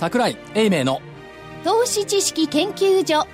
櫻井英明の投資知識研究所。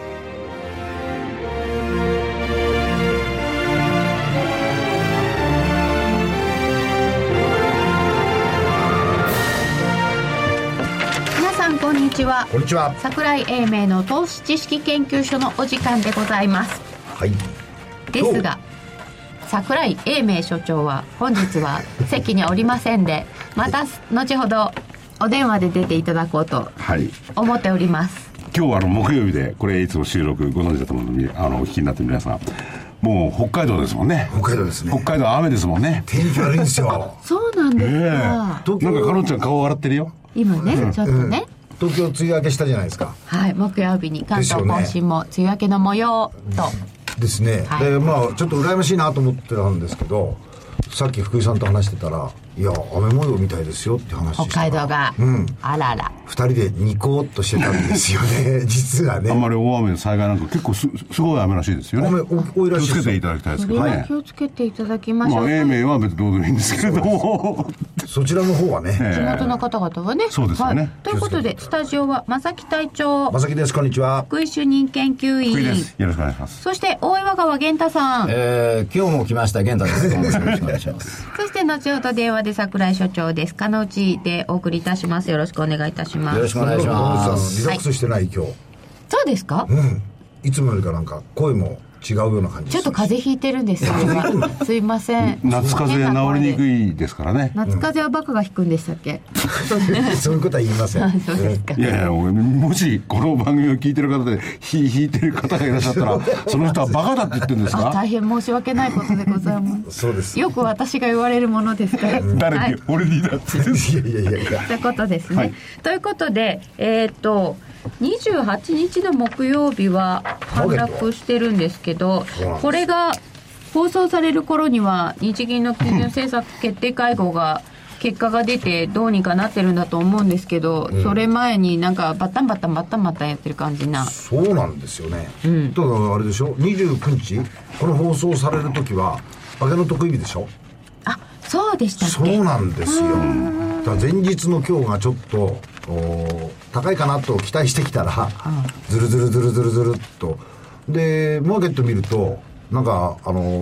皆さんこんにちは。 こんにちは。 櫻井英明の投資知識研究所のお時間でございます。 はい。 ですが櫻井英明所長は本日は席におりませんで、また後ほどお電話で出ていただこうと思っております。 今日は木曜日で、これいつも収録ご存知だと思うのにお聞きになってる皆さん、もう北海道ですもんね。 北海道ですね。 北海道は雨ですもんね。 天気悪いんですよ。 そうなんですか。 なんかかのんちゃん顔笑ってるよ今ね、ちょっとね、 東京梅雨明けしたじゃないですか。 はい、木曜日に関東甲信も梅雨明けの模様とですね。 はい、 でまあちょっと羨ましいなと思ってたんですけど、さっき福井さんと話してたら、いや雨模様みたいですよって話して北海道が、あらら 2人でニコーっとしてたんですよね。実はね、 あんまり大雨の災害なんか結構 すごい雨らしいですよね。 雨多いらしいですよ。 気をつけていただきたいですけどね。 気をつけていただきましょう。 英明は別にどうでもいいんですけれどもそちらの方はね、 地元の方々はね、 そうですよね、 はい、ということでスタジオは正木隊長、 正木です。こんにちは。 福井主任研究員福井です。よろしくお願いします。 そして大岩川源太さん、 今日も来ました源太です。よろしくお願いしますそして後ほど電話で櫻井所長です。鹿内でお送りいたします。よろしくお願いいたします。 よろしくお願いします。 リラックスしてない、今日。 そうですか、 いつもよりかなんか声も違うような感じです。 ちょっと風邪ひいてるんですよすいません。 夏風邪治りにくいですからね。 夏風邪はバカが引くんでしたっけそういうことは言いません。 そうですか。 いやいや、もしこの番組を聞いてる方で引いてる方がいらっしゃったらその人はバカだって言ってるんですか。 大変申し訳ないことでございますそうです。 よく私が言われるものですから誰に、 はい、 俺にだっていやということですね、 はい、 ということで28日の木曜日は反落してるんですけど、これが放送される頃には日銀の金融政策決定会合が結果が出てどうにかなってるんだと思うんですけど、それ前になんかバッタンバッタンバッタンバッタンやってる感じな。 そうなんですよね、ただあれでしょ、29日この放送される時は明けの得意日でしょ。 あ、そうでしたっけ。 そうなんですよ。だから前日の今日がちょっと高いかなと期待してきたら、ずるずるずるずるずるっとでマーケット見るとなんか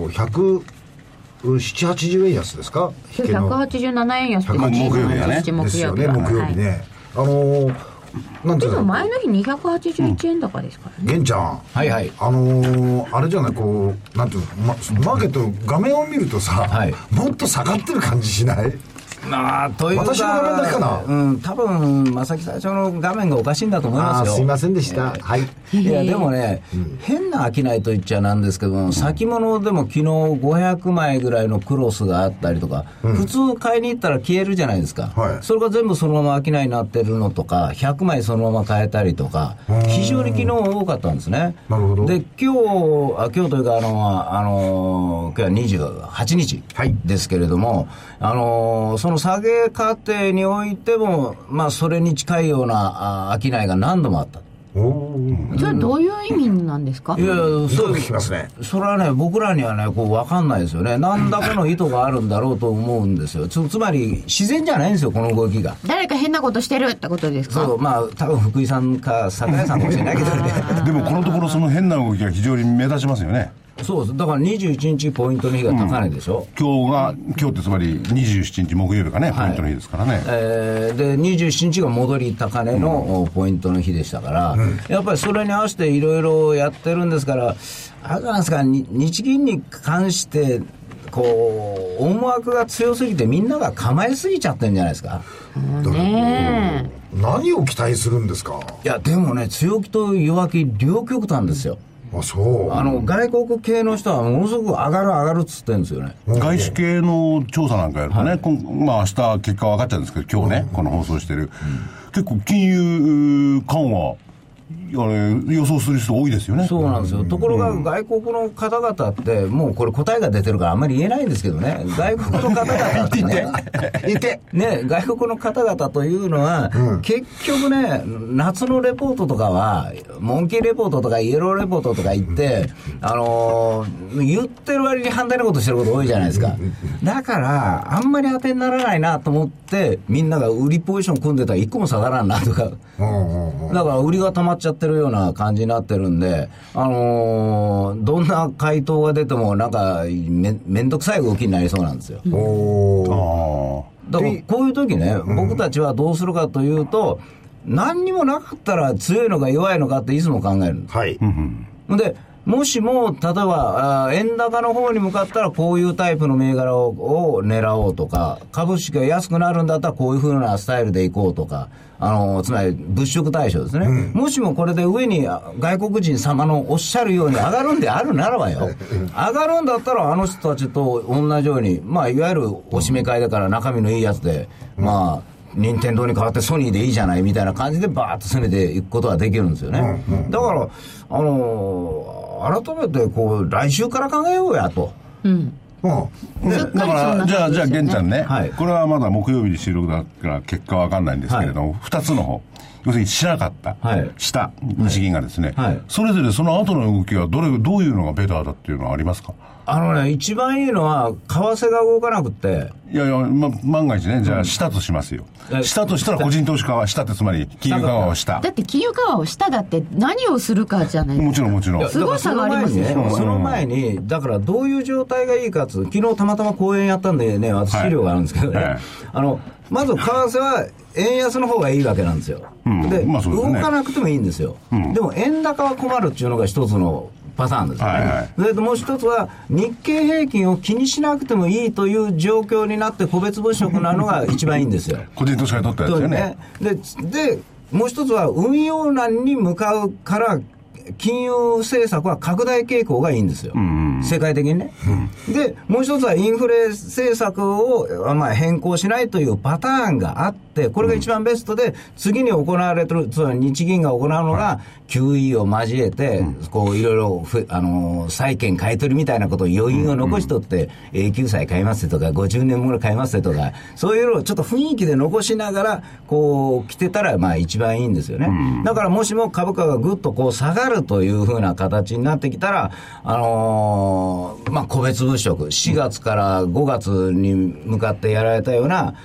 17080円安ですか。 187円安です木曜日はね。 ですよね、木曜日ね、なんていうの、 でも前の日281円高ですからね。 玄ちゃん、 はいはい。 あれじゃない、こうなんていうの、マーケットの画面を見るとさ、 はい、 もっと下がってる感じしない？ というか私の画面だけかな。 多分正木隊長の画面がおかしいんだと思いますよ。 すいませんでした、はい。 いやでもね、変な商いと言っちゃなんですけども、先物でも昨日500枚ぐらいのクロスがあったりとか、普通買いに行ったら消えるじゃないですか、それが全部そのまま商いになってるのとか、100枚そのまま買えたりとか、非常に昨日多かったんですね。 なるほど。 で今日というか今日は28日ですけれども、その下げ過程においても、それに近いような商いが何度もあった。 それはどういう意味なんですか。 いやそう聞きますね。 それはね、僕らにはねこう分かんないですよね。何らかの意図があるんだろうと思うんですよ。つまり自然じゃないんですよ、この動きが。 誰か変なことしてるってことですか。 そう、多分福井さんか櫻井さんかもしれないけどねでもこのところその変な動きが非常に目立ちますよね。 そうだから21日ポイントの日が高値でしょ、 今日ってつまり27日木曜日がね、ポイントの日ですからね、 で27日が戻り高値のポイントの日でしたから、やっぱりそれに合わせていろいろやってるんですから、あれなんですか、日銀に関してこう思惑が強すぎてみんなが構えすぎちゃってるんじゃないですか。 何を期待するんですか。 いやでもね、強気と弱気両極端ですよ。 そう外国系の人はものすごく上がるっつってるんですよね。 外資系の調査なんかやるとね、明日結果分かっちゃうんですけど、今日ね、この放送してる、結構金融緩和予想する人多いですよね。 そうなんですよ。ところが外国の方々ってもうこれ答えが出てるからあんまり言えないんですけどね、外国の方々ってね外国の方々というのは、結局ね、夏のレポートとかはモンキーレポートとかイエローレポートとか言って、言ってる割に反対のことしてること多いじゃないですか。だからあんまり当てにならないなと思って、みんなが売りポジション組んでたら一個も下がらんなとか、だから売りが溜まっちゃってるような感じになってるんで、どんな回答が出てもなんかめんどくさい動きになりそうなんですよ。だからこういう時ね、僕たちはどうするかというと、何にもなかったら強いのか弱いのかっていつも考えるんです。はい。でもしも例えば円高の方に向かったらこういうタイプの銘柄を狙おうとか、株式が安くなるんだったらこういう風なスタイルでいこうとか、つまり物色対象ですね、もしもこれで上に外国人様のおっしゃるように上がるんであるならばよ、上がるんだったらあの人たちと同じように、いわゆるおしめ買いだから中身のいいやつで、任天堂に代わってソニーでいいじゃないみたいな感じでバーッと攻めていくことができるんですよね。だから改めて来週から考えようやと。 だからじゃあ玄ちゃんね、これはまだ木曜日に収録だから結果は分かんないんですけれども、2つの方、要するにしなかった、した日銀がですね、それぞれその後の動きはどういうのがベターだっていうのはありますか？ 一番いいのは為替が動かなくて、 いや万が一ね、じゃあしたとしますよ。したとしたら個人投資家はしたって、つまり金融緩和をした。 だって金融緩和をしただって何をするかじゃないですか。 もちろんすごさがありますね。 その前にだからどういう状態がいいか昨日たまたま講演やったんでね、私資料があるんですけどね、まず為替は円安の方がいいわけなんですよ。で、動かなくてもいいんですよ。でも円高は困るっていうのが一つのパターンですね。それともう一つは日経平均を気にしなくてもいいという状況になって個別物色なのが一番いいんですよ。 個人投資家にとってはですよね。 でもう一つは運用難に向かうから金融政策は拡大傾向がいいんですよ、世界的にね、でもう一つはインフレ政策を、変更しないというパターンがあって、これが一番ベストで、次に行われてる、つまり日銀が行うのが QE を交えて、いろいろ債券買い取りみたいなことを余韻を残しとって、永久債買いますとか50年もの買いますとか、そういうのをちょっと雰囲気で残しながら来てたら一番いいんですよね。だからもしも株価がぐっと下がるというふうな形になってきたら、個別物色、4月から5月に向かってやられたような、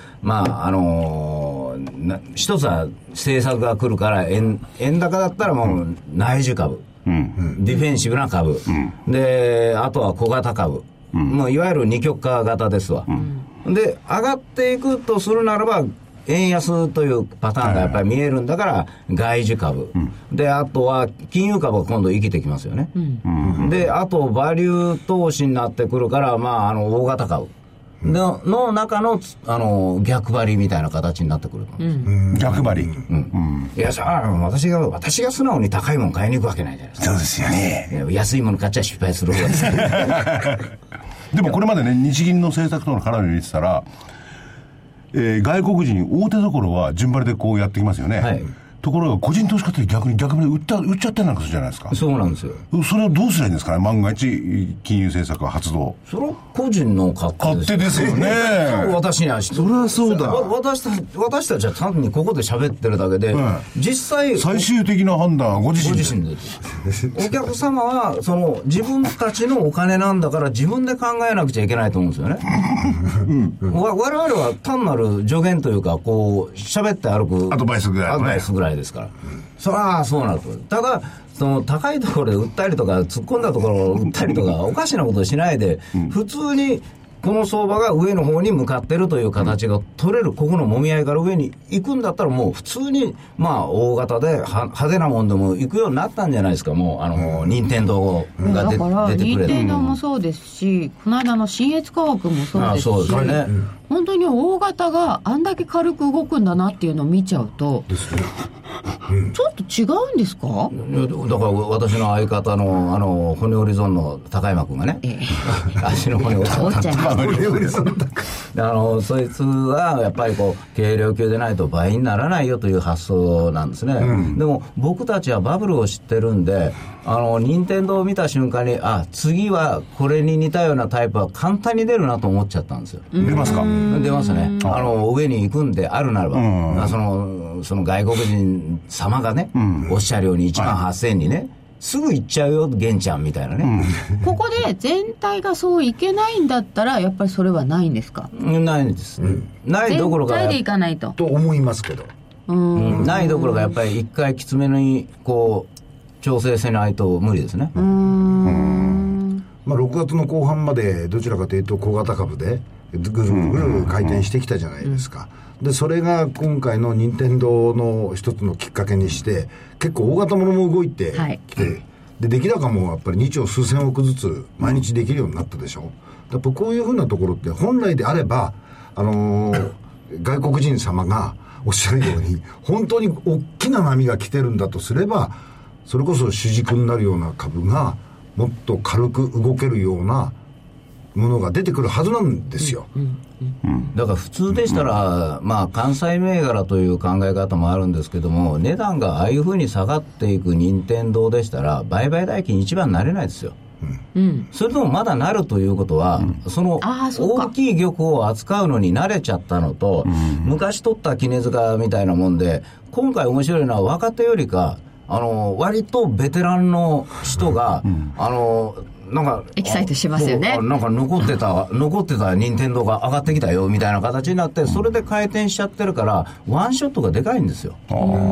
一つは政策が来るから円高だったらもう内需株、ディフェンシブな株、であとは小型株、もういわゆる二極化型ですわ、で上がっていくとするならば円安というパターンがやっぱり見えるんだから外需株、であとは金融株が今度生きてきますよね、であとバリュー投資になってくるから、大型株の中の逆張りみたいな形になってくると思うんです。 逆張り、 いや私が素直に高いもの買いに行くわけないじゃないですか。 そうですよね。 安いもの買っちゃ失敗する方がですでもこれまでね、日銀の政策との絡みを見てたら、外国人大手どころは順張りでやってきますよね、ところが個人投資家って逆に売っちゃったりなんかするじゃないですか。 そうなんですよ。 それをどうすればいいんですかね、万が一金融政策が発動。 それは個人の勝手ですよね。 私にはそれはそうだ。 私たちは単にここで喋ってるだけで、実際最終的な判断はご自身で。 お客様は自分たちのお金なんだから自分で考えなくちゃいけないと思うんですよね。我々は単なる助言というか喋って歩くアドバイスぐらいですから、そりゃそうなると。ただ高いところで売ったりとか突っ込んだところを売ったりとかおかしなことをしないで、普通にこの相場が上の方に向かってるという形が取れる、ここのもみ合いから上に行くんだったらもう普通に大型で派手なもんでも行くようになったんじゃないですか。もう任天堂が出てくれる。だから任天堂もそうですし、この間の信越科学もそうですし、 そうですね、 本当に大型があんだけ軽く動くんだなっていうのを見ちゃうと、 ちょっと違うんですか？ だから私の相方の骨折り損の高山君がね、足の骨折っちゃったそいつはやっぱりこう軽量級でないと倍にならないよという発想なんですね、でも僕たちはバブルを知ってるんで、任天堂を見た瞬間に次はこれに似たようなタイプは簡単に出るなと思っちゃったんですよ。 出ますか？ 出ますね。上に行くんであるならば、その外国人様がね、おっしゃるように1万8000円にね、すぐ行っちゃうよ玄ちゃんみたいなね、 ここで全体がそういけないんだったらやっぱりそれはないんですか？ ないんです、ないどころか全体でいかないと思いますけど、 ないどころかやっぱり一回きつめにこう調整せないと無理ですね。 6月の後半までどちらかというと小型株でぐるぐる回転してきたじゃないですか、でそれが今回の任天堂の一つのきっかけにして結構大型ものも動いてきて、で出来高もやっぱり2兆数千億ずつ毎日できるようになったでしょ。やっぱこういうふうなところって本来であれば、外国人様がおっしゃるように本当に大きな波が来てるんだとすれば、それこそ主軸になるような株がもっと軽く動けるようなものが出てくるはずなんですよ、 だから普通でしたら、関西銘柄という考え方もあるんですけども、値段がああいうふうに下がっていく任天堂でしたら売買代金一番になれないですよ、それともまだなるということは、その大きい玉を扱うのに慣れちゃったのと、昔取った杵塚みたいなもんで、今回面白いのは若手よりか割とベテランの人が、なんかエキサイトしますよね。 なんか残ってた任天堂が上がってきたよみたいな形になって、それで回転しちゃってるからワンショットがでかいんですよ。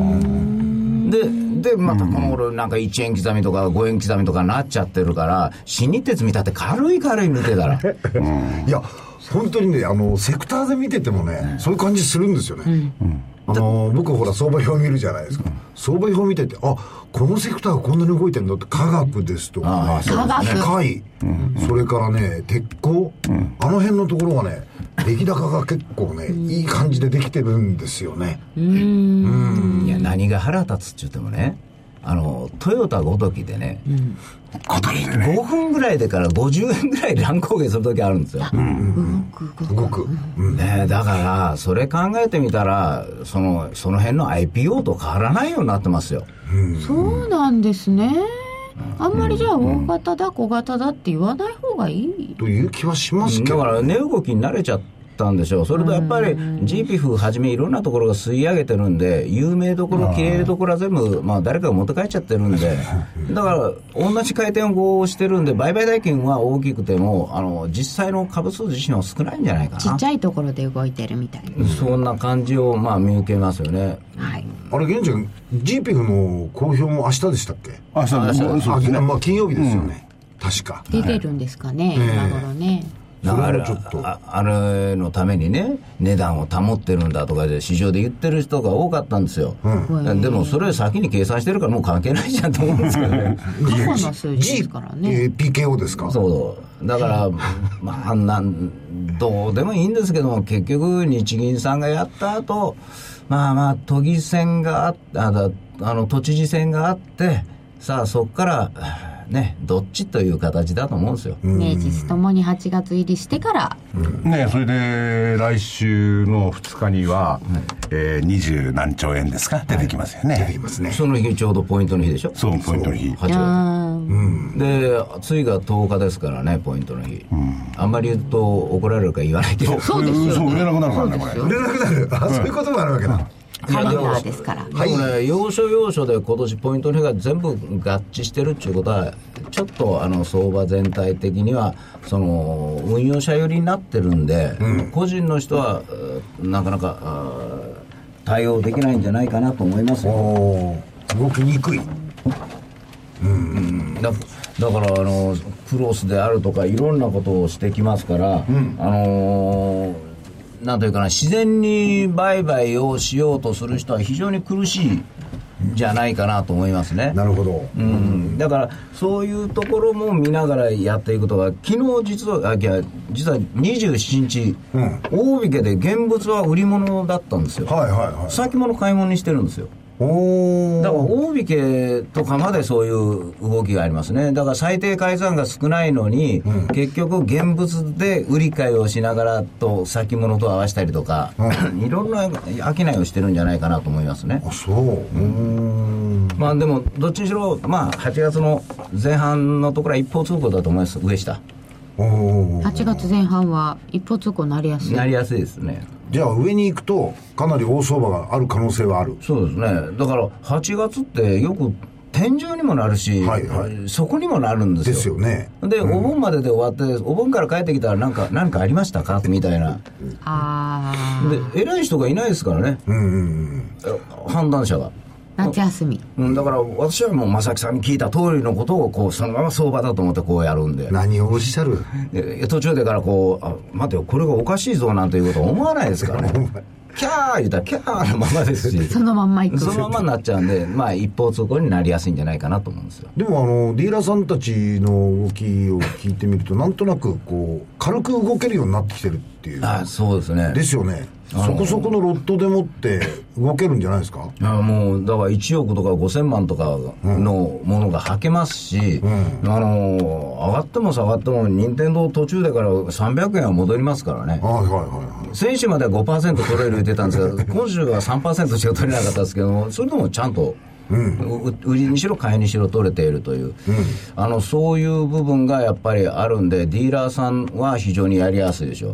でまたこの頃なんか1円刻みとか5円刻みとかなっちゃってるから、新日鉄見たって軽い見てたらいや本当にね、セクターで見ててもね、そういう感じするんですよね、僕ほら相場表見るじゃないですか、相場表見ててこのセクターがこんなに動いてるのって科学ですとかね、機械、それからね鉄鋼、あの辺のところがね出来高が結構ねいい感じでできてるんですよね。 いや何が腹立つって言ってもね、トヨタごときでね、5分ぐらいでから50円ぐらい乱高下するときあるんですよ。 動く、 だからそれ考えてみたらその辺の IPO と変わらないようになってますよ。 そうなんですね。あんまりじゃあ大型だ小型だって言わない方がいいという気はしますけど、 だから値動きに慣れちゃったんでしょう。それとやっぱり GPF はじめいろんなところが吸い上げてるんで、有名どころ綺麗どころは全部、誰かが持って帰っちゃってるんで、だから同じ回転をこうしてるんで、売買代金は大きくても実際の株数自身は少ないんじゃないかな。 ちっちゃいところで動いてるみたいな、 そんな感じを見受けますよね。 あれ現地 GPF の公表も明日でしたっけ？ 明日ですね。 金曜日ですよね、確か出てるんですかね、今頃ね。 それもちょっとあれのためにね値段を保ってるんだとかで市場で言ってる人が多かったんですよ、でもそれ先に計算してるからもう関係ないじゃんと思うんですけどね過去の数字ですからね。 PKO ですか？ そうだからどうでもいいんですけども、結局日銀さんがやった後都議選が都知事選があって、さあそこからどっちという形だと思うんですよ。 名実ともに8月入りしてから、 それで来週の2日には、20何兆円ですか出てきますよね。 出てきますね。 その日ちょうどポイントの日でしょ。 そう、ポイントの日 8月、で次が10日ですからね、ポイントの日、あんまり言うと怒られるから言わないけど、 そうですよ、 そう売れなくなるからね、これ売れなくなる、そういうこともあるわけだ。 カレンダーですから。 でもね、要所要所で今年ポイントの日が全部合致してるっていうことは、ちょっと相場全体的には運用者寄りになってるんで、個人の人はなかなか対応できないんじゃないかなと思いますよ。 動きにくい。 だからクロスであるとかいろんなことをしてきますから、なんというかな、自然に売買をしようとする人は非常に苦しいじゃないかなと思いますね。 なるほど、 だからそういうところも見ながらやっていくとか、昨日実は27日、大引けで現物は売り物だったんですよ、先物買い物にしてるんですよ。 だから大引けとかまでそういう動きがありますね。だから最低改ざんが少ないのに、結局現物で売り買いをしながらと先物と合わせたりとか、いろんな商いをしてるんじゃないかなと思いますね。 そう。 まあでもどっちにしろ、まあ8月の前半のところは一方通行だと思います。上下。 8月前半は一方通行になりやすい。 なりやすいですね。 じゃあ上に行くとかなり大相場がある可能性はある。 そうですね。だから8月ってよく天井にもなるし、そこにもなるんですよ。 ですよね。 で、お盆までで終わってお盆から帰ってきたら何かありましたかみたいな。で偉い人がいないですからね、判断者が。 夏休み、 だから私はもう正木さんに聞いた通りのことをこうそのまま相場だと思ってこうやるんで。 何をおっしゃる。 途中でからこう待てよこれがおかしいぞなんていうことは思わないですからねキャー言ったらキャーのままですしそのまんま行く。 そのままになっちゃうんで、まあ一方通行になりやすいんじゃないかなと思うんですよ。 でもディーラーさんたちの動きを聞いてみるとなんとなくこう軽く動けるようになってきてるっていう。 そうですね。 ですよね。そこそこのロットでもって動けるんじゃないですか。 もうだから1億とか5000万とかのものがはけますし、上がっても下がっても任天堂途中でから300円は戻りますからね。先週までは 5% 取れる言ってたんですけど今週は 3% しか取れなかったですけども、それでもちゃんと売りにしろ買いにしろ取れているという、そういう部分がやっぱりあるんで、ディーラーさんは非常にやりやすいでしょ。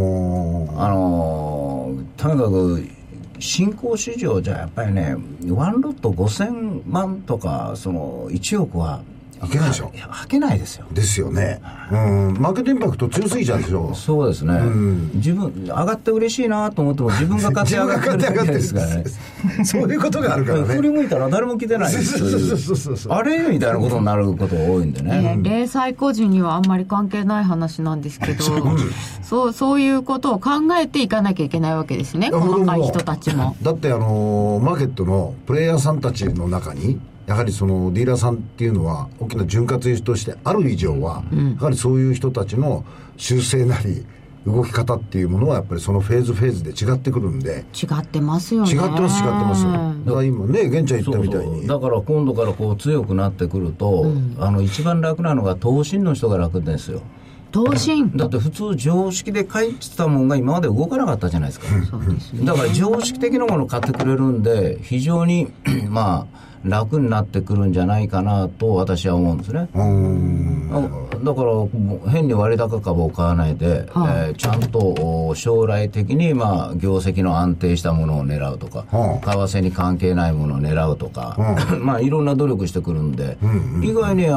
とにかく新興市場じゃやっぱりね、ワンロット5000万とかその1億はいけないでしょ。 はけないですよ。 ですよね。マーケットインパクト強すぎちゃうんですよ。 そうですね。自分上がって嬉しいなと思っても自分が勝手に上がってるだけですからね。 そういうことがあるからね。 振り向いたら誰も来てないですあれみたいなことになることが多いんでね。 零細個人にはあんまり関係ない話なんですけど、そういうことを考えていかなきゃいけないわけですね。細かい人たちも。 だってマーケットのプレイヤーさんたちの中にやはりそのディーラーさんっていうのは大きな潤滑油としてある以上は、やはりそういう人たちの修正なり動き方っていうものはやっぱりそのフェーズで違ってくるんで。 違ってますよね。 違ってますだから今ね玄ちゃん言ったみたいにだから今度からこう強くなってくると、一番楽なのが投信の人が楽ですよ。 投信だって普通常識で買いってたもんが今まで動かなかったじゃないですか。そうですね。だから常識的なものを買ってくれるんで非常にまあ楽になってくるんじゃないかなと私は思うんですね。だから変に割高株を買わないで、ちゃんと将来的にまあ業績の安定したものを狙うとか、為替に関係ないものを狙うとか、まあいろんな努力してくるんで、意外に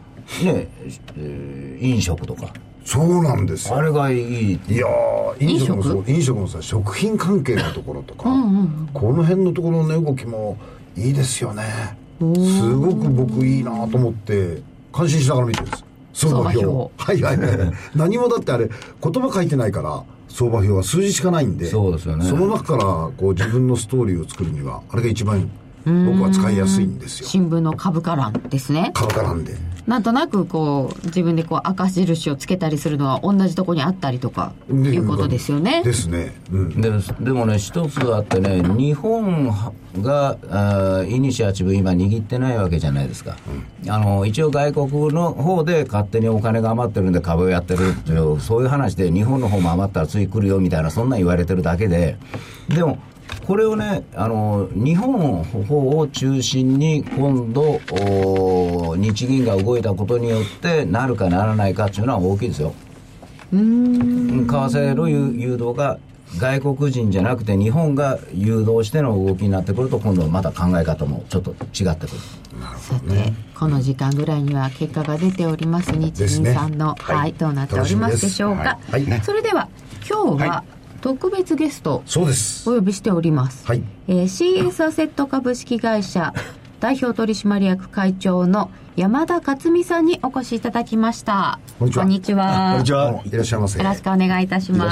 飲食とかそうなんですよ。 あれがいい。 いや飲食もさ食品関係のところとか、この辺のところの値動きもいいですよね。すごく僕いいなと思って感心しながら見てるんです。相場表何もだってあれ言葉書いてないから相場表は数字しかないんで、 そうですよね。 その中からこう自分のストーリーを作るにはあれが一番僕は使いやすいんですよ。 新聞の株価欄ですね。 株価欄でなんとなくこう自分でこう赤印をつけたりするのは同じところにあったりとかいうことですよね。 ですね。 でもね一つあってね、日本がイニシアチブ今握ってないわけじゃないですか。一応外国の方で勝手にお金が余ってるんで株をやってるっていうそういう話で、日本の方も余ったらつい来るよみたいなそんな言われてるだけで、でもこれをね日本の方を中心に今度日銀が動いたことによってなるかならないかっていうのは大きいですよ。為替の誘導が外国人じゃなくて日本が誘導しての動きになってくると、今度はまた考え方もちょっと違ってくる。 さてこの時間ぐらいには結果が出ております。日銀さんの、どうなっておりますでしょうか。それでは今日は、特別ゲストをお呼びしております。CS アセット株式会社代表取締役会長の山田勝美さんにお越しいただきました。こんにちは。 いらっしゃいませ。 よろしくお願いいたします。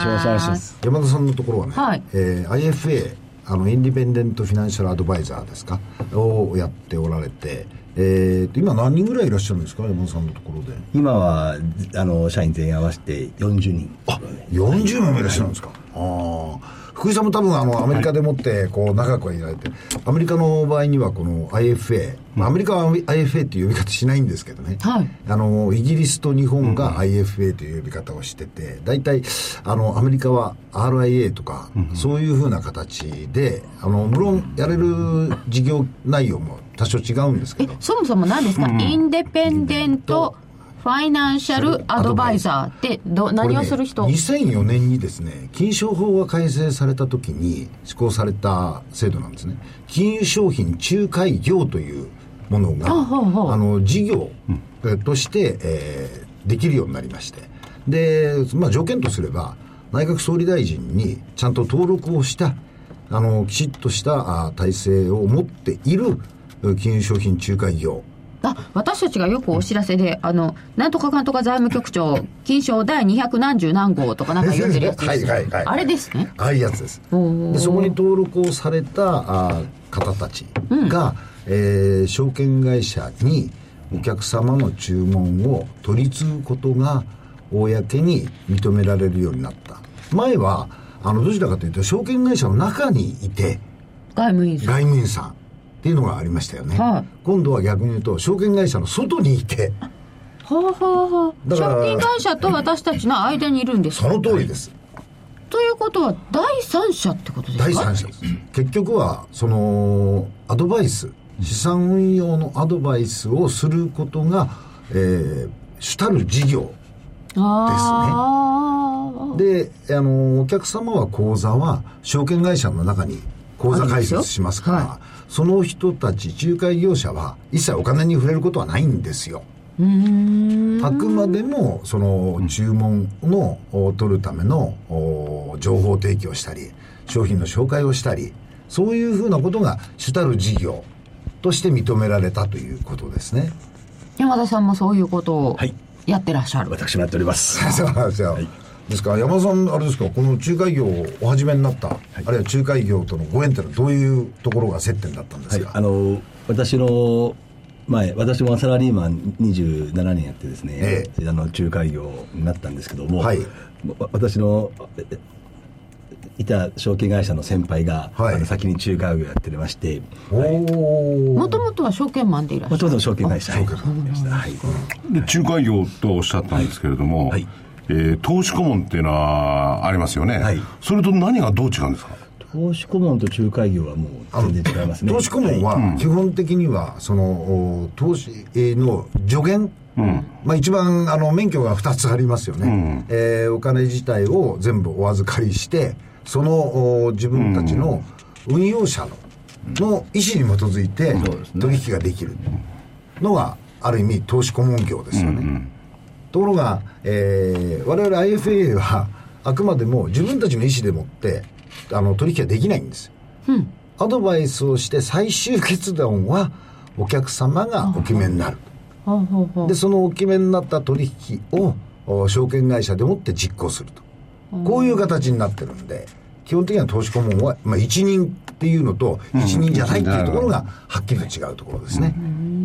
山田さんのところはね、IFA インディペンデントフィナンシャルアドバイザーですかをやっておられて、今何人ぐらいいらっしゃるんですか、山田さんのところで。 今は社員全員合わせて40人。 40人もいらっしゃるんですか。 福井さんも多分アメリカでもってこう長くはいられて、アメリカの場合にはこの IFA、アメリカは IFA っていう呼び方しないんですけどね、イギリスと日本が IFA という呼び方をしてて、大体アメリカは RIA とか、そういうふうな形で無論やれる事業内容も多少違うんですけど、 そもそも何ですか、インデペンデントファイナンシャルアドバイザーって何をする人？ 2004年にですね、金商法が改正された時に施行された制度なんですね。金融商品仲介業というものが事業として、できるようになりまして、で、条件とすれば内閣総理大臣にちゃんと登録をしたきちっとした体制を持っている金融商品仲介業。 私たちがよくお知らせでなんとかかんとか財務局長金賞第200何十何号とかなんか読んでるやつです、あれですね。 ああいうやつです。でそこに登録をされた方たちが、証券会社にお客様の注文を取り次ぐことが公に認められるようになった。前はどちらかというと証券会社の中にいて外務員さんっていうのがありましたよね、今度は逆に言うと証券会社の外にいて、 証券会社と私たちの間にいるんですか？ その通りです。 ということは第三者ってことですか？ 第三者です。結局はそのアドバイス、資産運用のアドバイスをすることが、主たる事業ですね。で、お客様は口座は証券会社の中に口座開設しますから、その人たち仲介業者は一切お金に触れることはないんですよ。あくまでもその注文の取るための情報提供したり商品の紹介をしたり、そういうふうなことが主たる事業として認められたということですね。 山田さんもそういうことをやってらっしゃる？ 私もやっております。 そうなんですよ、ですから山田さんあれですか、この仲介業をお始めになった、あるいは仲介業とのご縁というのはどういうところが接点だったんですか？ 私の前、私もサラリーマン27年やってですね、仲介業になったんですけども、私のいた証券会社の先輩が、先に仲介業やっておりまして、 もともとは証券マンでいらっしゃる？ もともと証券会社でした。 で仲介業とおっしゃったんですけれども、投資顧問っていうのはありますよね、それと何がどう違うんですか？ 投資顧問と仲介業はもう全然違いますね。 投資顧問は基本的にはその投資の助言、一番免許が2つありますよね、お金自体を全部お預かりしてその自分たちの運用者の意思に基づいて取引ができるのがある意味投資顧問業ですよね、ところが、我々 IFA はあくまでも自分たちの意思でもって取引はできないんです、アドバイスをして最終決断はお客様がお決めになる、でそのお決めになった取引を証券会社でもって実行すると、こういう形になってるんで、基本的には投資顧問は、一人っていうのと一人じゃないっていうところがはっきりと違うところですね、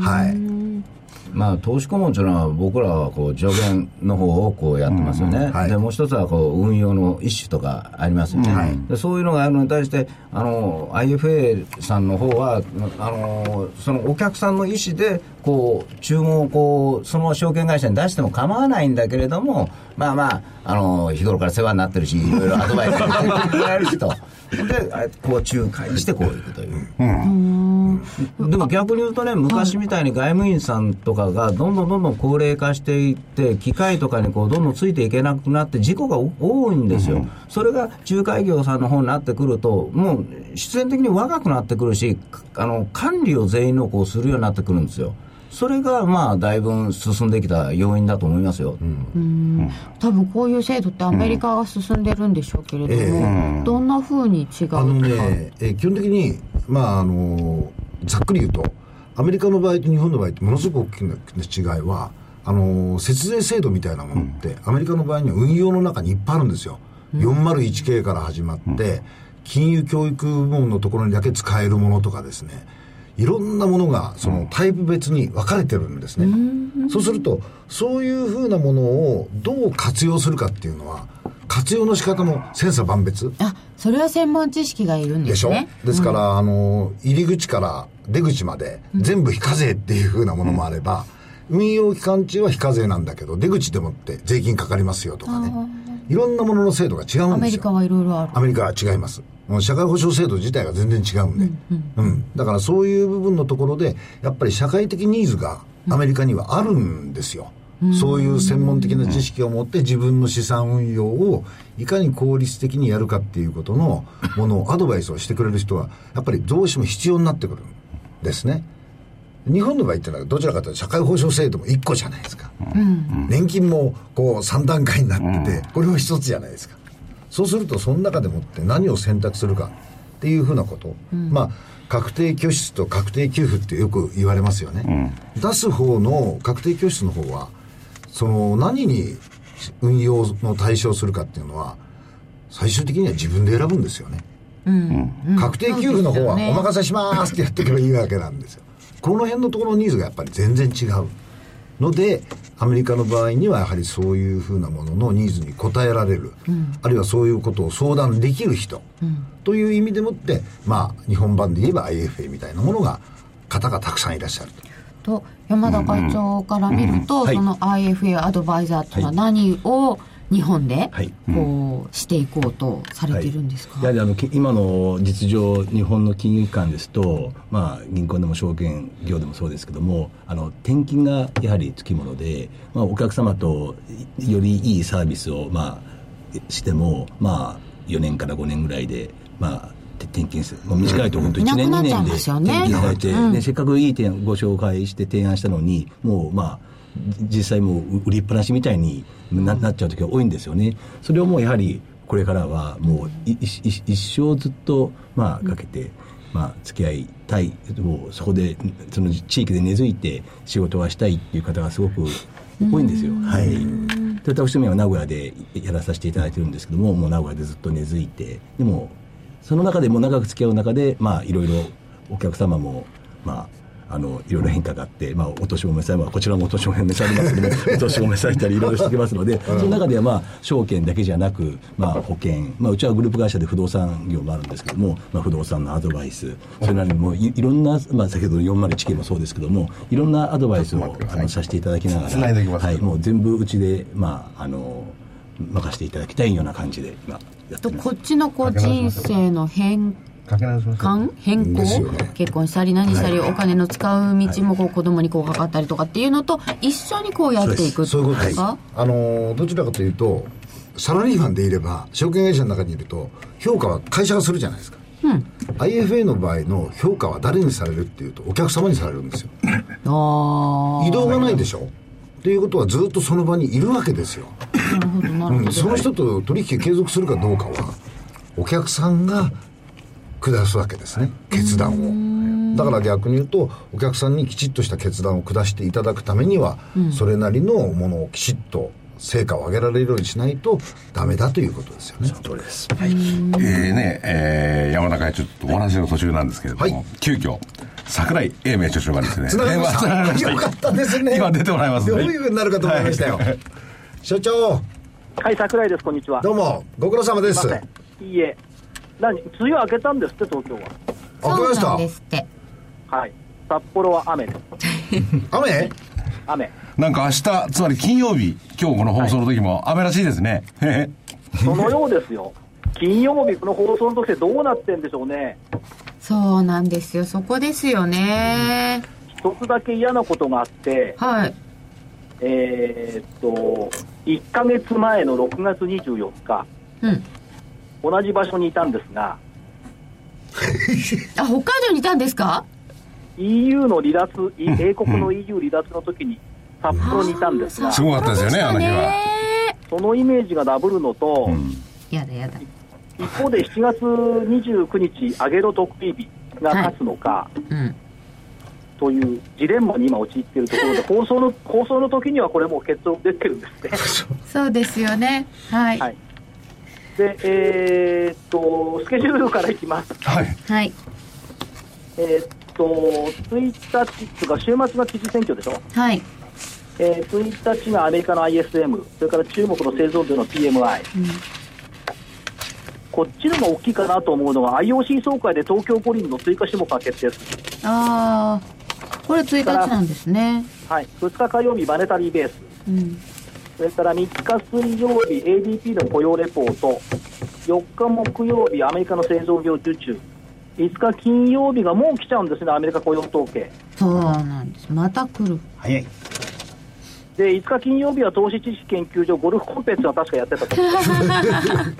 投資顧問というのは僕らはこう助言の方をやってますよね、でもう一つは運用の一種とかありますよね、でそういうのがあるのに対してIFA さんの方はそのお客さんの意思で注文をその証券会社に出しても構わないんだけれども、日頃から世話になってるしいろいろアドバイスをやる人で仲介していくという、でも逆に言うとね、昔みたいに外務員さんとかがどんどん高齢化していって機械とかにどんどんついていけなくなって事故が多いんですよ、それが仲介業さんの方になってくるともう必然的に若くなってくるし管理を全員のするようになってくるんですよ。それがだいぶ進んできた要因だと思いますよ、 多分こういう制度ってアメリカが進んでるんでしょうけれども、どんな風に違うか。 基本的にざっくり言うとアメリカの場合と日本の場合ってものすごく大きな違いは節税制度みたいなものってアメリカの場合には運用の中にいっぱいあるんですよ、401K から始まって、金融教育部門のところにだけ使えるものとかですね、いろんなものがそのタイプ別に分かれてるんですね、そうするとそういうふうなものをどう活用するかっていうのは活用の仕方も千差万別。 それは専門知識がいるんですね。 でしょ。ですから、入り口から出口まで全部非課税っていう風なものもあれば、運用期間中は非課税なんだけど、出口でもって税金かかりますよとかね。いろんなものの制度が違うんですよ。 アメリカはいろいろある。 アメリカは違います。社会保障制度自体が全然違うんで、だからそういう部分のところでやっぱり社会的ニーズがアメリカにはあるんですよ。そういう専門的な知識を持って自分の資産運用をいかに効率的にやるかっていうことのものをアドバイスをしてくれる人はやっぱりどうしても必要になってくるんですね。日本の場合ってのはどちらかというと社会保障制度も1個じゃないですか、年金もこう3段階になってて、これは1つじゃないですか。そうするとその中でもって何を選択するかっていうふうなこと、まあ確定拠出と確定給付ってよく言われますよね、出す方の確定拠出の方はその何に運用の対象するかっていうのは最終的には自分で選ぶんですよね、確定給付の方はお任せしますってやっていけばいいわけなんですよ。この辺のところのニーズがやっぱり全然違うので、アメリカの場合にはやはりそういうふうなもののニーズに応えられる、あるいはそういうことを相談できる人、という意味でもって、まあ日本版で言えば IFA みたいなものが方がたくさんいらっしゃると。山田会長から見ると、その IFA アドバイザーというのは何を日本でこうしていこうとされているんですか。 やはり今の実情、日本の金融機関ですと、まあ、銀行でも証券業でもそうですけども、転勤がやはりつきもので、まあ、お客様とよりいいサービスを、まあ、しても、まあ、4年から5年ぐらいで、まあ、転勤する、もう短いと本当1年2年で転勤されて、でせっかくいい点ご紹介して提案したのに、もうまあ実際もう売りっぱなしみたいに なっちゃう時が多いんですよね。それをもうやはりこれからはもう一生ずっとまあかけて、まあ付き合いたい、もうそこでその地域で根付いて仕事はしたいっていう方がすごく多いんですよ。はい。で私どもは名古屋でやらさせていただいてるんですけども、もう名古屋でずっと根付いて、でもその中でも長く付き合う中で、まあいろいろお客様もまあいろいろ変化があって、まあ、お年を召され、こちらもお年を召されますけども、お年を召されたりいろいろしてきますので、その中では、まあ、証券だけじゃなく、まあ、保険、まあ、うちはグループ会社で不動産業もあるんですけども、まあ、不動産のアドバイス、それなりにもいろんな、まあ、先ほどの401系もそうですけども、いろんなアドバイスをさせていただきながら、はい、もう全部うちで、まあ、任せていただきたいような感じで、今、やってます。 こっちのこう人生の変更、結婚したり何したり、お金の使う道もこう子供にこうかかったりとかっていうのと一緒にこうやっていくってことですか。 どちらかというとサラリーマンでいれば証券会社の中にいると評価は会社がするじゃないですか、IFA の場合の評価は誰にされるっていうとお客様にされるんですよ。移動がないでしょっていうことはずっとその場にいるわけですよ。 なるほどなるほど、 その人と取引継続するかどうかはお客さんが下すわけですね、決断を。だから逆に言うとお客さんにきちっとした決断を下していただくためには、それなりのものをきちっと成果を上げられるようにしないとダメだということですよね。 その通りです。 はい。山田会長、ちょっとお話の途中なんですけれども、急遽櫻井英明所長がですね、 つながりました。よかったですね。 今出てもらいますね。 どういうふうになるかと思いましたよ。所長。 はい、櫻井です。こんにちは。 どうもご苦労様です。 いいえ。梅雨明けたんですって東京は。 明けました。 そうなんですって。 はい。札幌は雨です。 雨？ 雨。 なんか明日、つまり金曜日、今日この放送の時も雨らしいですね。 そのようですよ。金曜日この放送の時でどうなってんでしょうね。 そうなんですよ。そこですよね。 一つだけ嫌なことがあって、 はい。 1ヶ月前の6月24日、同じ場所にいたんですが北海道にいたんですか。 EU の離脱、英国の EU 離脱の時に札幌にいたんですが、 すごかったですよね、あの日は。 そのイメージがダブるのと、 やだやだ。 一方で7月29日上げろ得意日が勝つのか、というジレンマに今陥っているところで、放送の時にはこれもう結論出てるんですね。そうですよね。はい。 はい。で、スケジュールからいきます。 はい。 はい。 1日が週末が知事選挙でしょ。 はい。 1日がアメリカの ISM、それから中国の製造業の PMI、ここっちの方が大きいかなと思うのが IOC 総会で東京五輪の追加種目が決定する。 ああ、これ追加なんですね。 はい、2日火曜日マネタリーベース、それから3日水曜日 ADP の雇用レポート、4日木曜日アメリカの製造業受注、5日金曜日がもう来ちゃうんですね、アメリカ雇用統計。 そうなんです、また来る。 早い。 で5日金曜日は投資知識研究所ゴルフコンペティションは確かやってたと思います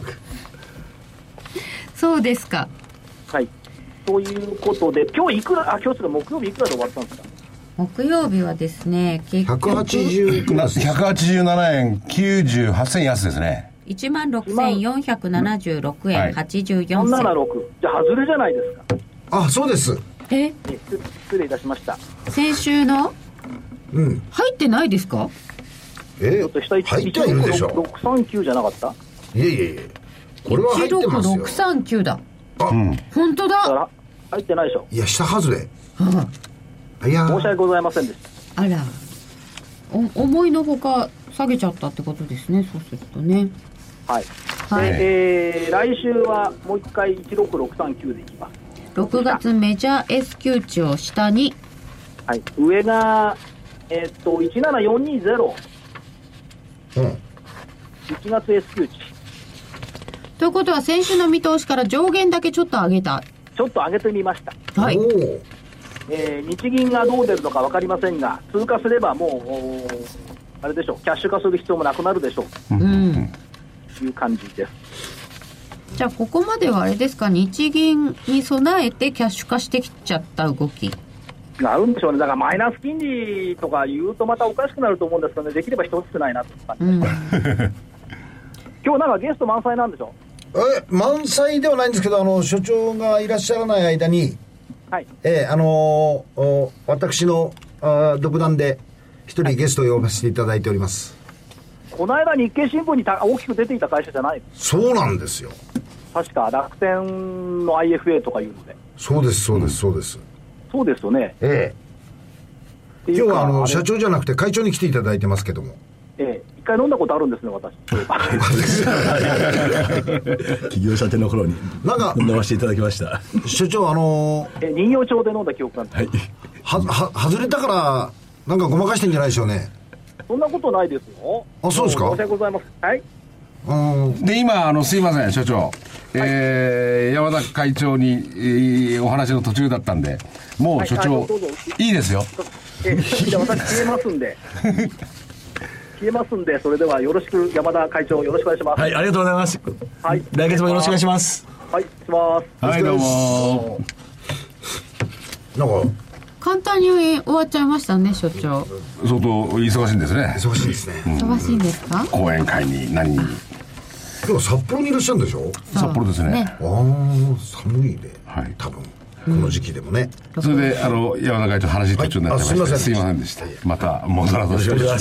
そうですか。 はい、ということで今日いくら、今日木曜日いくらで終わったんですか。 木曜日はですね、結局 187円98銭安ですね。 16,476円84銭。 476、じゃあ外れじゃないですか。 あ、そうです。 失礼いたしました。 先週の、入ってないですか。 ちょっと下入ってはいるでしょ。 639じゃなかった。 いえこれは入ってますよ。 16639だ。本当だ。 入ってないでしょ。 いや、下外れ。 いや、申し訳ございませんでした。 あら、思いのほか下げちゃったってことですね。そうするとね。 はい。で、来週はもう一回16639でいきます。 6月メジャー S q 値を下に、 はい、上が17420、1月 S q 値ということは先週の見通しから上限だけちょっと上げた。 ちょっと上げてみました。 はい。 日銀がどう出るのか分かりませんが、通過すればもうあれでしょう、キャッシュ化する必要もなくなるでしょう、という感じです。 じゃあここまではあれですか、日銀に備えてキャッシュ化してきちゃった動きがあるんでしょうね。だからマイナス金利とか言うとまたおかしくなると思うんですけどね、できれば一つ少ないなという感じです、今日なんかゲスト満載なんでしょ。 満載ではないんですけど、所長がいらっしゃらない間に、はい、私の独断で一人ゲストを呼ばせていただいております。 この間日経新聞に大きく出ていた会社じゃない。 そうなんですよ。 確か楽天の IFA とかいうので。 そうですそうですそうです、 そうですよね。 今日は社長じゃなくて会長に来ていただいてますけども、 一回飲んだことあるんですね、私。 企業社展の頃になんか飲ませていただきました。 所長人形町で飲んだ記憶なんです。 外れたからなんかごまかしてんじゃないでしょうね。 そんなことないですよ。 あ、そうですか。 申し訳ございません。はい。 で今すいません所長、山田会長に、お話の途中だったんで、もう所長、いいですよ。 じゃあ私消えますんで消えますんで、それではよろしく、山田会長よろしくお願いします。 はい、ありがとうございます。 はい、 来月もよろしくお願いします。 はい、します。 はい、どうも。 なんか簡単に終わっちゃいましたね、所長。 相当忙しいんですね。 忙しいですね。 忙しいんですか。 講演会に何に。 今日札幌にいらっしゃるんでしょ。 札幌ですね。 寒いで、多分この時期でもね。 それで山田会長話途中になってました。すいませんでした。また戻らせていただきます。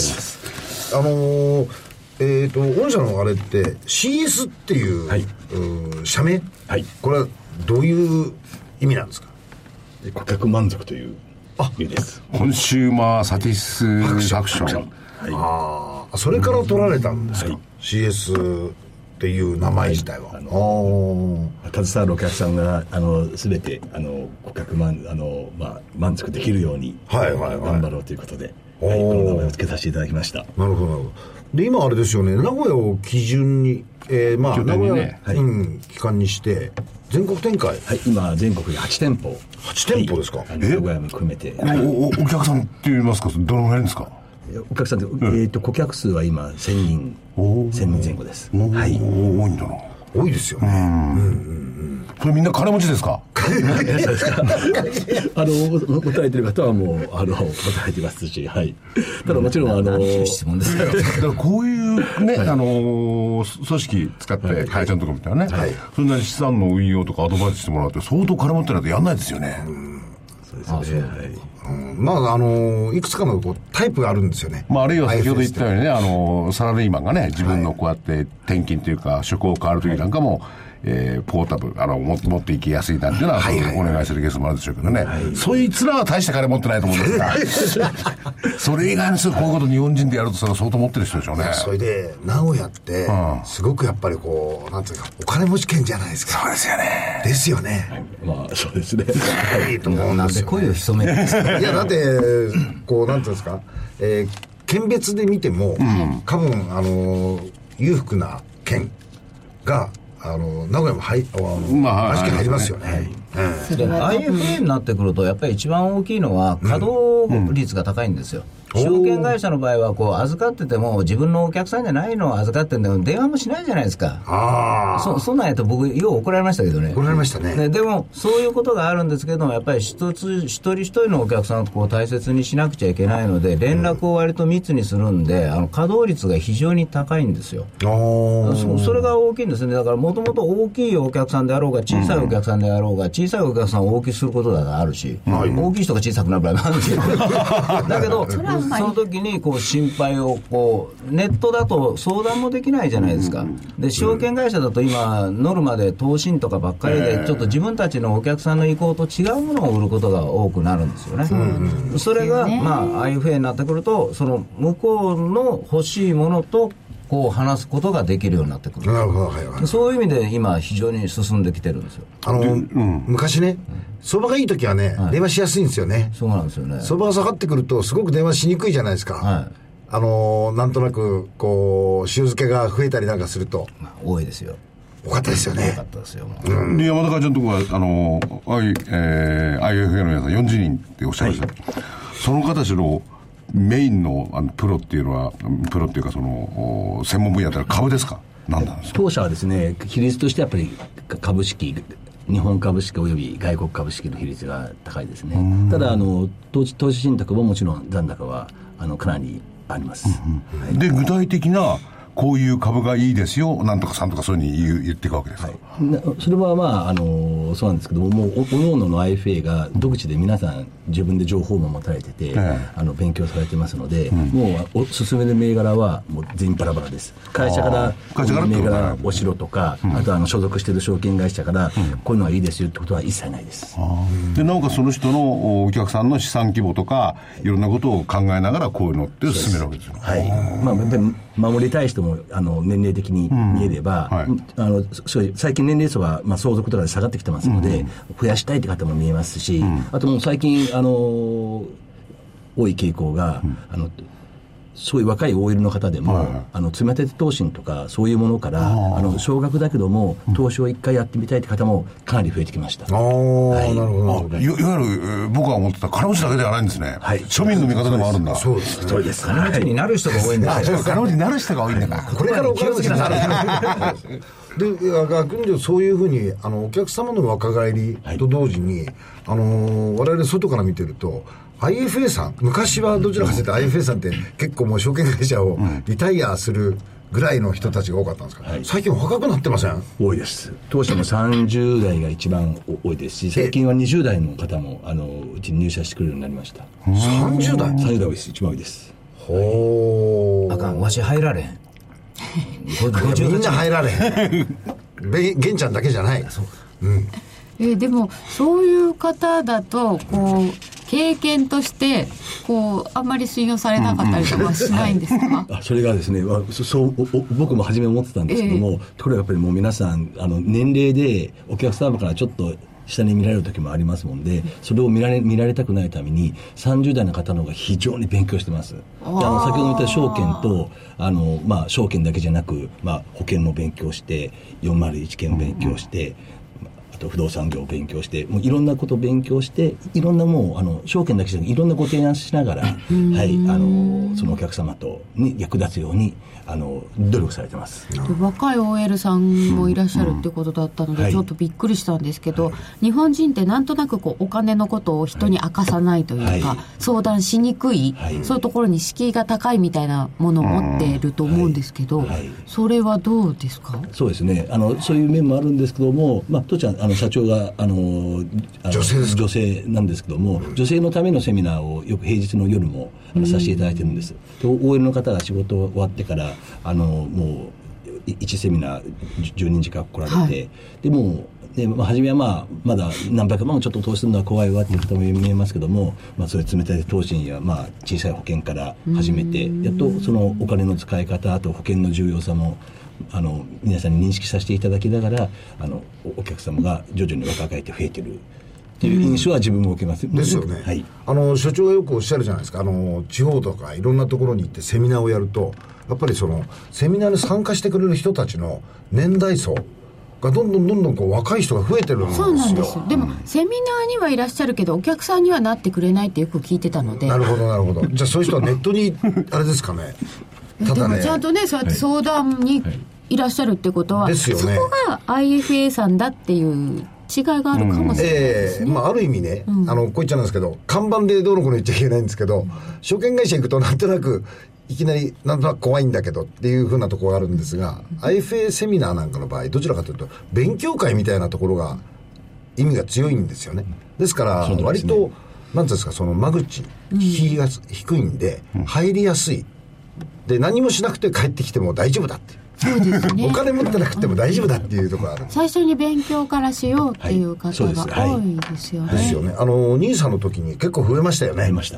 御社のあれって CS っていう、社名、これはどういう意味なんですか。 顧客満足という意味です。 コンシューマーサティスファクション。 それから取られたんですか、CS っていう名前自体は。 携わるお客さんが全て顧客満足できるように頑張ろうということで、この名前を付けさせていただきました。 なるほどなるほど。で今あれですよね、名古屋を基準に、名古屋、基幹にして全国展開。 今全国に8店舗。 8店舗ですか。 名古屋も含めて。 お客さんって言いますか、どのぐらいですか。 お客さんで、顧客数は今1000人前後です。 多いんだな。 多いですよね。 それみんな金持ちですか。 答えてる方はもう答えてますし、ただもちろん質問ですよ。 だからこういうね組織使って会社のところみたいなね、そんなに資産の運用とかアドバイスしてもらうって相当金持ってないとやんないですよね。 そうですよね。 いくつかのタイプがあるんですよね。 あるいは先ほど言ったようにね、サラリーマンがね、自分のこうやって転勤というか職を変わるときなんかも、 ポータブル持っていきやすいなんていうのは、お願いするケースもあるでしょうけどね、そいつらは大した金持ってないと思うんですがそれ以外の人こういうこと日本人でやるとしたら相当持ってる人でしょうね。 それで名古屋ってすごくやっぱりこうなんていうかお金持ち県じゃないですか。 そうですよね。 ですよね。 まあそうですね。 いいと思うんですよ、ね。 なんで声を潜めるんですか。 いやだってこうなんていうんですか、県別で見ても、多分裕福な県が名古屋も確かに入りますよね。 IFA になってくるとやっぱり一番大きいのは稼働率が高いんですよ。証券会社の場合はこう預かってても自分のお客さんじゃないのを預かってんだけど電話もしないじゃないですか。そんなんやと僕よう怒られましたけどね。 怒られましたね。 でもそういうことがあるんですけども、やっぱり一人一人のお客さんをこう大切にしなくちゃいけないので連絡を割と密にするんで稼働率が非常に高いんですよ。それが大きいんですね。だからもともと大きいお客さんであろうが小さいお客さんであろうが、小さいお客さんを大きくすることがあるし、大きい人が小さくなる場合もあるんですけどだけどその時にこう心配をこうネットだと相談もできないじゃないですか。で証券会社だと今ノルマで投信とかばっかりでちょっと自分たちのお客さんの意向と違うものを売ることが多くなるんですよね。それがIFA になってくるとその向こうの欲しいものとこう話すことができるようになってくる。 なるほど、 そういう意味で今非常に進んできてるんですよ。 昔ね相場がいい時はね、電話しやすいんですよね。 そうなんですよね。 相場が下がってくるとすごく電話しにくいじゃないですか。なんとなくこう塩漬けが増えたりなんかすると、 多いですよ。 多かったですよね。 多かったですよ。 で山田会長のところはIFA の皆さん40人っておっしゃいました、その方たちのメインのプロっていうのはプロっていうかその専門分野って株ですか、何なんですか。 当社はですね比率としてやっぱり株式日本株式および外国株式の比率が高いですね。ただ投資信託ももちろん残高はかなりあります、 で具体的なこういう株がいいですよなんとかさんとかそういうふうに言っていくわけですか。 それはそうなんですけどもう各々の IFA が独自で皆さん自分で情報も持たれてて、勉強されてますので、もうおすすめの銘柄はもう全員バラバラです。会社から銘柄おしろとか、あと所属している証券会社から、こういうのがいいですよってことは一切ないです。 でなおかつその人のお客さんの資産規模とかいろんなことを考えながらこういうのって進めるわけですよ。 守りたい人も年齢的に見えれば、最近年齢層は相続とかで下がってきてますので、増やしたいって方も見えますし、あともう最近多い傾向が、そういう若い OL の方でも、積み立て投資とかそういうものから少額だけども投資を一回やってみたいって方もかなり増えてきました。 なるほど。 いわゆる僕が思ってた金持ちだけではないんですね、庶民の味方でもあるんだ。 そうですね。 金持ちになる人が多いんだ。 金持ちになる人が多いんだからこれからお金持ちになるで逆に言うとそういうふうにお客様の若返りと同時に、我々外から見てるとIFA さん、昔はどちらかというと IFA さんって結構もう証券会社をリタイアするぐらいの人たちが多かったんですか、最近若くなってません？ 多いです。当社も30代が一番多いですし、最近は20代の方もうちに入社してくるようになりました。 30代 30代多いです。一番多いです。 あかん、わし入られへんみんな入られへん玄ちゃんだけじゃない。 でもそういう方だとこう経験としてこうあんまり信用されなかったりとかしないんですか？ それがですね、僕も初め思ってたんですけども、これはやっぱりもう皆さん年齢でお客様からちょっと下に見られる時もありますもんで、それを見られたくないために30代の方の方が非常に勉強してます。で先ほど言った証券と証券だけじゃなく、保険も勉強して401件勉強して、あと不動産業を勉強して、もういろんなことを勉強して、いろんなもう証券だけじゃなくいろんなご提案しながら、そのお客様に役立つように努力されてます。 若い OL さんもいらっしゃるってことだったので、ちょっとびっくりしたんですけど、日本人ってなんとなくこうお金のことを人に明かさないというか、相談しにくい、そういうところに敷居が高いみたいなものを持っていると思うんですけど、それはどうですか？ そうですね、そういう面もあるんですけども、当社社長が女性なんですけども、女性のためのセミナーをよく平日の夜もさせていただいてるんです。で OL の方が仕事終わってからも 1セミナー10人近く来られて、はい、でもで、初めはまだ何百万もちょっと投資するのは怖いわっていう方も見えますけども、そういう冷たい投資や小さい保険から始めて、やっとそのお金の使い方、あと保険の重要さも皆さんに認識させていただきながらお客様が徐々に若返って増えてるっていう印象は自分も受けます。 ですよね、はい、所長がよくおっしゃるじゃないですか、地方とかいろんなところに行ってセミナーをやると、やっぱりそのセミナーに参加してくれる人たちの年代層がどんどんこう若い人が増えてるんですよ。 そうなんですよ。でも、セミナーにはいらっしゃるけどお客さんにはなってくれないってよく聞いてたので。 なるほどなるほど。じゃあそういう人はネットにあれですかね。 ただね、でもちゃんとね、そうやって相談にいらっしゃるってことは、ですよね、そこが IFA さんだっていう違いがあるかもしれないですね。 ある意味ね、こう言っちゃうんですけど、看板でどうのこうの言っちゃいけないんですけど、証券会社行くとなんとなくいきなりなんとなく怖いんだけどっていうふうなところがあるんですが、IFA セミナーなんかの場合どちらかというと勉強会みたいなところが意味が強いんですよね。ですから割となんていうんですか、その間口引きが低いんで入りやすいで、何もしなくて帰ってきても大丈夫だっていう。 そうですね、 お金持ってなくても大丈夫だっていうところがある。 最初に勉強からしようっていう方が多いですよね。 ですよね。NISA の時に結構増えましたよね。 増えました。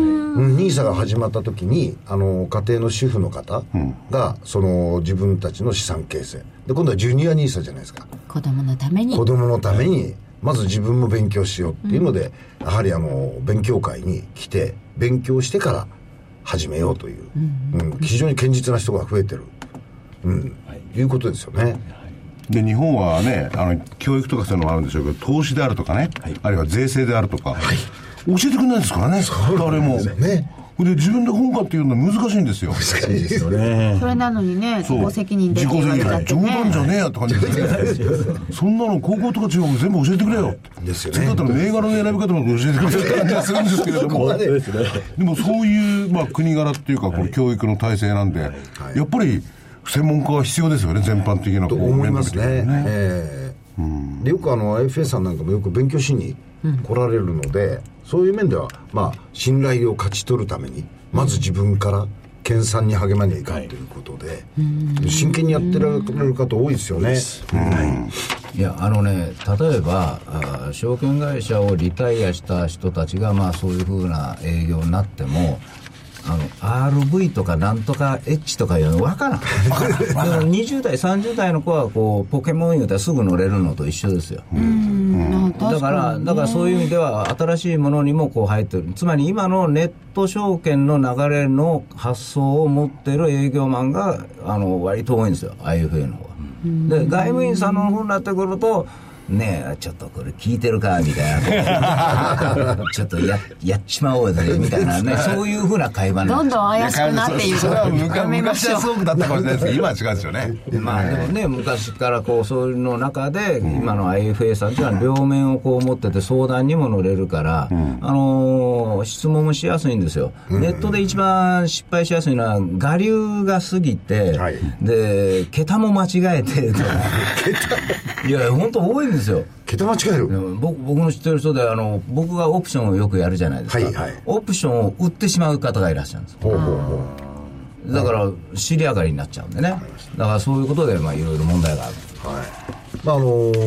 NISA が始まった時に家庭の主婦の方が、自分たちの資産形成で、今度はジュニア NISA じゃないですか。 子供のためにまず自分も勉強しようっていうので、やはり勉強会に来て勉強してから始めようという、非常に堅実な人が増えてる、いうことですよね。 で日本はね、教育とかそういうのもあるんでしょうけど、投資であるとかね、あるいは税制であるとか、教えてくれないですからね、誰も。で自分で本買っていうのは難しいんですよ。 難しいですよね。 それなのにね、自己責任で自己責任、冗談じゃねえやって感じですよね。そんなの高校とか中学全部教えてくれよですよね。それだったら銘柄の選び方も教えてくれるって感じがするんですけれどもでもそういう、国柄っていうか、この教育の体制なんで、やっぱり専門家は必要ですよね、全般的なと思いますね。でよくIFA さんなんかもよく勉強しに来られるので、そういう面では信頼を勝ち取るためにまず自分から研鑽に励まにはいかんということで、真剣にやってられる方多いですよね。 いや例えば証券会社をリタイアした人たちがそういう風な営業になっても、RV とかなんとか H とかいうの分からん。20代30代の子はポケモン言うたらすぐ乗れるのと一緒ですよ。だからそういう意味では新しいものにも入ってる。つまり今のネット証券の流れの発想を持ってる営業マンが割と多いんですよ、IFA の方は。で外務員さんの方になってくるとねえ、ちょっとこれ聞いてるかみたいなちょっと やっちまおうぜみたいなね、そういうふうな会話どんどん怪しくなっていく。 それは昔はそうだったかもしれないですけど、今は違うんですよね。 でもね、昔からそういうの中で、今の IFA さんっていうのは両面を持ってて相談にも乗れるから、質問もしやすいんですよ。ネットで一番失敗しやすいのは我流が過ぎて、で桁も間違えていや本当多いんですよ。 桁間違える。 僕の知ってる人で僕がオプションをよくやるじゃないですか、オプションを売ってしまう方がいらっしゃるんです。だから尻上がりになっちゃうんでね。だからそういうことでいろいろ問題がある。 今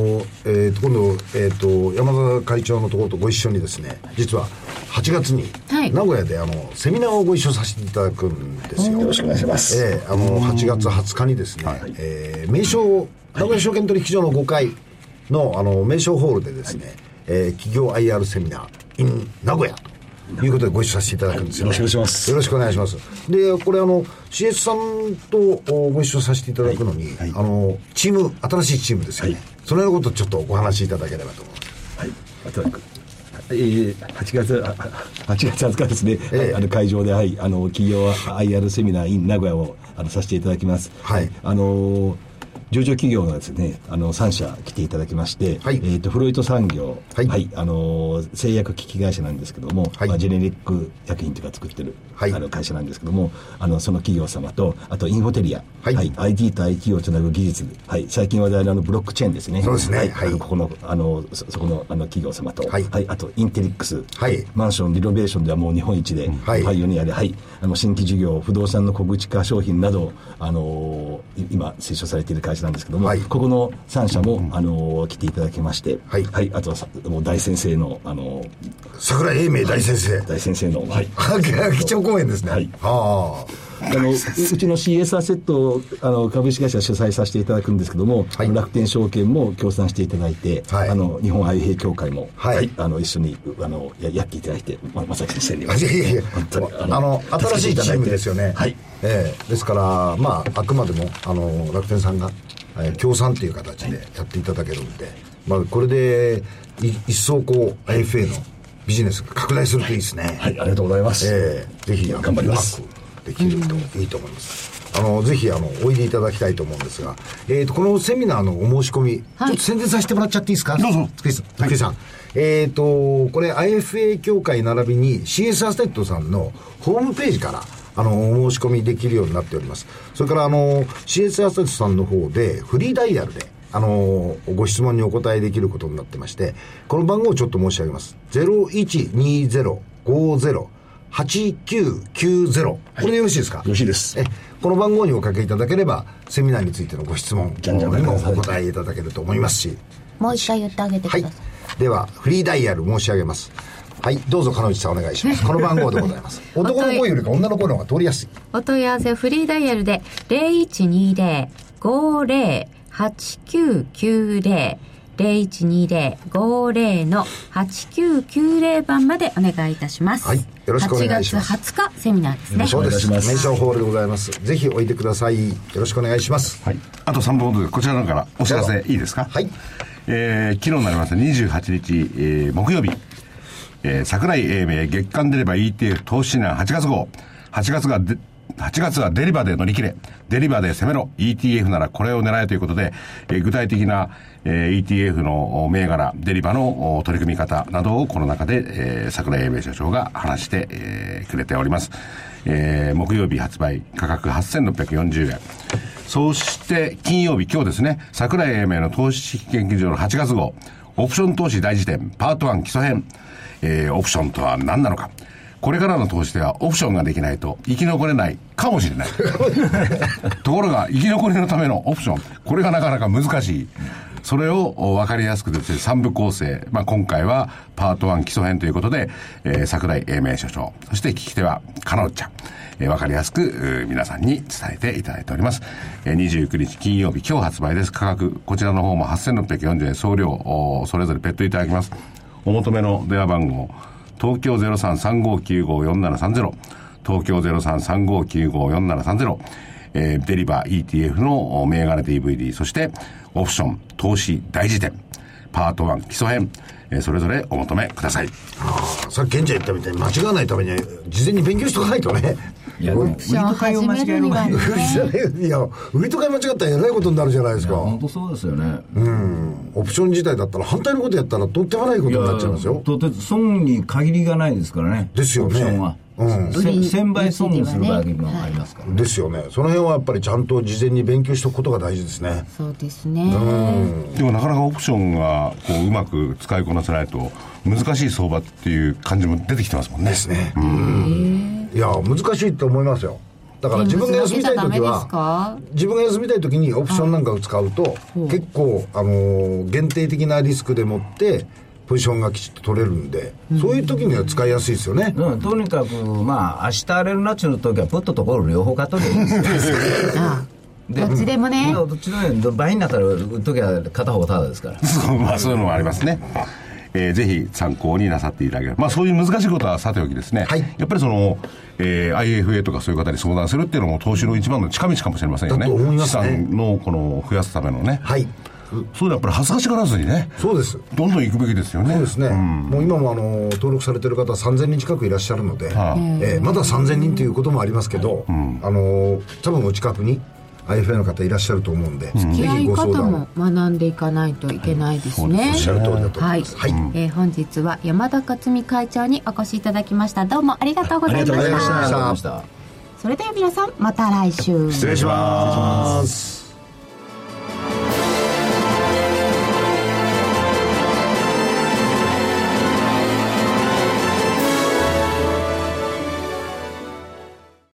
度、山田会長のところとご一緒にですね、実は8月に名古屋でセミナーをご一緒させていただくんですよ。 よろしくお願いします。 8月20日にですね、名称名古屋証券取引所の5階の名称ホールでですね、企業 IR セミナー in 名古屋ということでご一緒させていただくんですよ。 よろしくお願いします。 よろしくお願いします。でこれCS さんとご一緒させていただくのに、チーム新しいチームですよね、そのようなことをちょっとお話しいただければと思います。 8月20日ですね、会場で、企業 IR セミナー in 名古屋をさせていただきます。 上場企業がですね、3社来ていただきまして、 はい、 フロイト産業、 はい、 はい、製薬機器会社なんですけども、はい、ジェネリック薬品とか作ってる、はい、会社なんですけども、その企業様と、あとインフォテリア、はいはい、IT と IT をつなぐ技術、はい、最近話題のブロックチェーンですね。 そうですね。 はい、 はい、 ここの、そこの企業様と、 はい、 はい、あとインテリックス、 はい、 マンションリノベーションではもう日本一で、はい、パイオニアで、はい、新規事業、不動産の小口化商品など、今、推奨されている会社なんですけども、はい、ここの3社も、来ていただきまして、はい、はい、あとはもう大先生の、 桜井英明大先生。 大先生の、はい。 基調講演ですね。はい。 うちの CS アセット株式会社主催させていただくんですけども、はい、楽天証券も協賛していただいて、はい、日本愛兵協会も、はい、一緒にやっていただいて、まさき先生には。いやいやいや、 本当に新しいチームですよね。はい。ですから、まあ、あくまでも楽天さんが、協賛という形でやっていただけるんで、まあ、これで一層こう IFA のビジネスが拡大するといいですね。 はい、ありがとうございます。 ぜひ頑張ります。できるといいと思います。ぜひおいでいただきたいと思うんですが、このセミナーのお申し込み、はい、ちょっと宣伝させてもらっちゃっていいですか。 どうぞ。 つくりさん、これ IFA 協会並びに CS アセットさんのホームページからお申し込みできるようになっております。それからCS アセットさんの方でフリーダイヤルでご質問にお答えできることになってまして、この番号をちょっと申し上げます。0120-50-8990、これでよろしいですか。 よろしいです。 この番号におかけいただければセミナーについてのご質問にもお答えいただけると思いますし、 もう一回言ってあげてください。はい、 ではフリーダイヤル申し上げます。はい、どうぞ金内さんお願いします。この番号でございます。男の声よりか女の声の方が通りやすい。 お問い合わせフリーダイヤルで 0120-50-8990 0120-50-8990 番までお願いいたします。 はい、よろしくお願いします。 8月20日セミナーですね。 そうです。名称ホールでございます。ぜひおいでください。よろしくお願いします。 はい。あと3分ほどでこちらの方からお知らせいいですか。 はい。 昨日になりました28日、木曜日、桜井英明月間デリバ ETF 投資指南8月号。8月はデリバで乗り切れ、デリバで攻めろ、 ETF ならこれを狙えということで、具体的な、ETF の銘柄、デリバの取り組み方などをこの中で、桜井英明所長が話して、くれております。木曜日発売、価格8640円。そして金曜日、今日ですね、桜井英明の投資研究所の8月号、オプション投資大辞典パート1基礎編、オプションとは何なのか。これからの投資ではオプションができないと生き残れないかもしれない。ところが生き残りのためのオプション、これがなかなか難しい。それを分かりやすくですね、3部構成。まあ、今回はパート1基礎編ということで、桜井英明所長、そして聞き手は金内ちゃん。分かりやすく皆さんに伝えていただいております。29日金曜日、今日発売です。価格、こちらの方も8640円、送料、それぞれ別途いただきます。お求めの電話番号、東京 0335954730、東京 0335954730、デリバー ETF の銘柄 DVD、そしてオプション投資大辞典パート1基礎編、それぞれお求めください。 さっき賢者言ったみたいに間違わないために事前に勉強しておかないとね。 いや、オプションを始めるにはね。 いや、売りと買い間違ったらえらいことになるじゃないですか。 本当そうですよね。 オプション自体だったら反対のことやったらとってもないことになっちゃいますよ。 損に限りがないですからね。 ですよね。 オプションは。1000倍損する場合もありますから、ね。 ですよね。その辺はやっぱりちゃんと事前に勉強しておくことが大事ですね。 そうですね。 でもなかなかオプションがこううまく使いこなせないと難しい相場っていう感じも出てきてますもんね。 ですね。いや難しいと思いますよ。だから自分が休みたい時は自分が休みたい時にオプションなんかを使うと結構限定的なリスクでもってポジションがきちっと取れるんで、そういう時には使いやすいですよね。 とにかくまあ明日荒れるなっちゅう時はプットとコール両方買っとけばいいんですよ。 どっちでもね。 どっちでも倍になったら売っときゃ片方タダですから。 まあそういうのもありますね。ぜひ参考になさっていただければ、まあそういう難しいことはさておきですね、はい、やっぱりその、IFA とかそういう方に相談するっていうのも投資の一番の近道かもしれませんよね。 だと思いますね。 資産のこの増やすためのね。 はい。 そういうのやっぱり恥ずかしがらずにね。 そうです。 どんどん行くべきですよね。 そうですね。もう今も登録されてる方は3000人近くいらっしゃるので、まだ3000人ということもありますけど、多分お近くに IFA の方いらっしゃると思うんで、 付き合い方も学んでいかないといけないですね。 おっしゃる通りだと思います。 本日は山田勝美会長にお越しいただきました。どうもありがとうございました。それでは皆さんまた来週。 失礼します。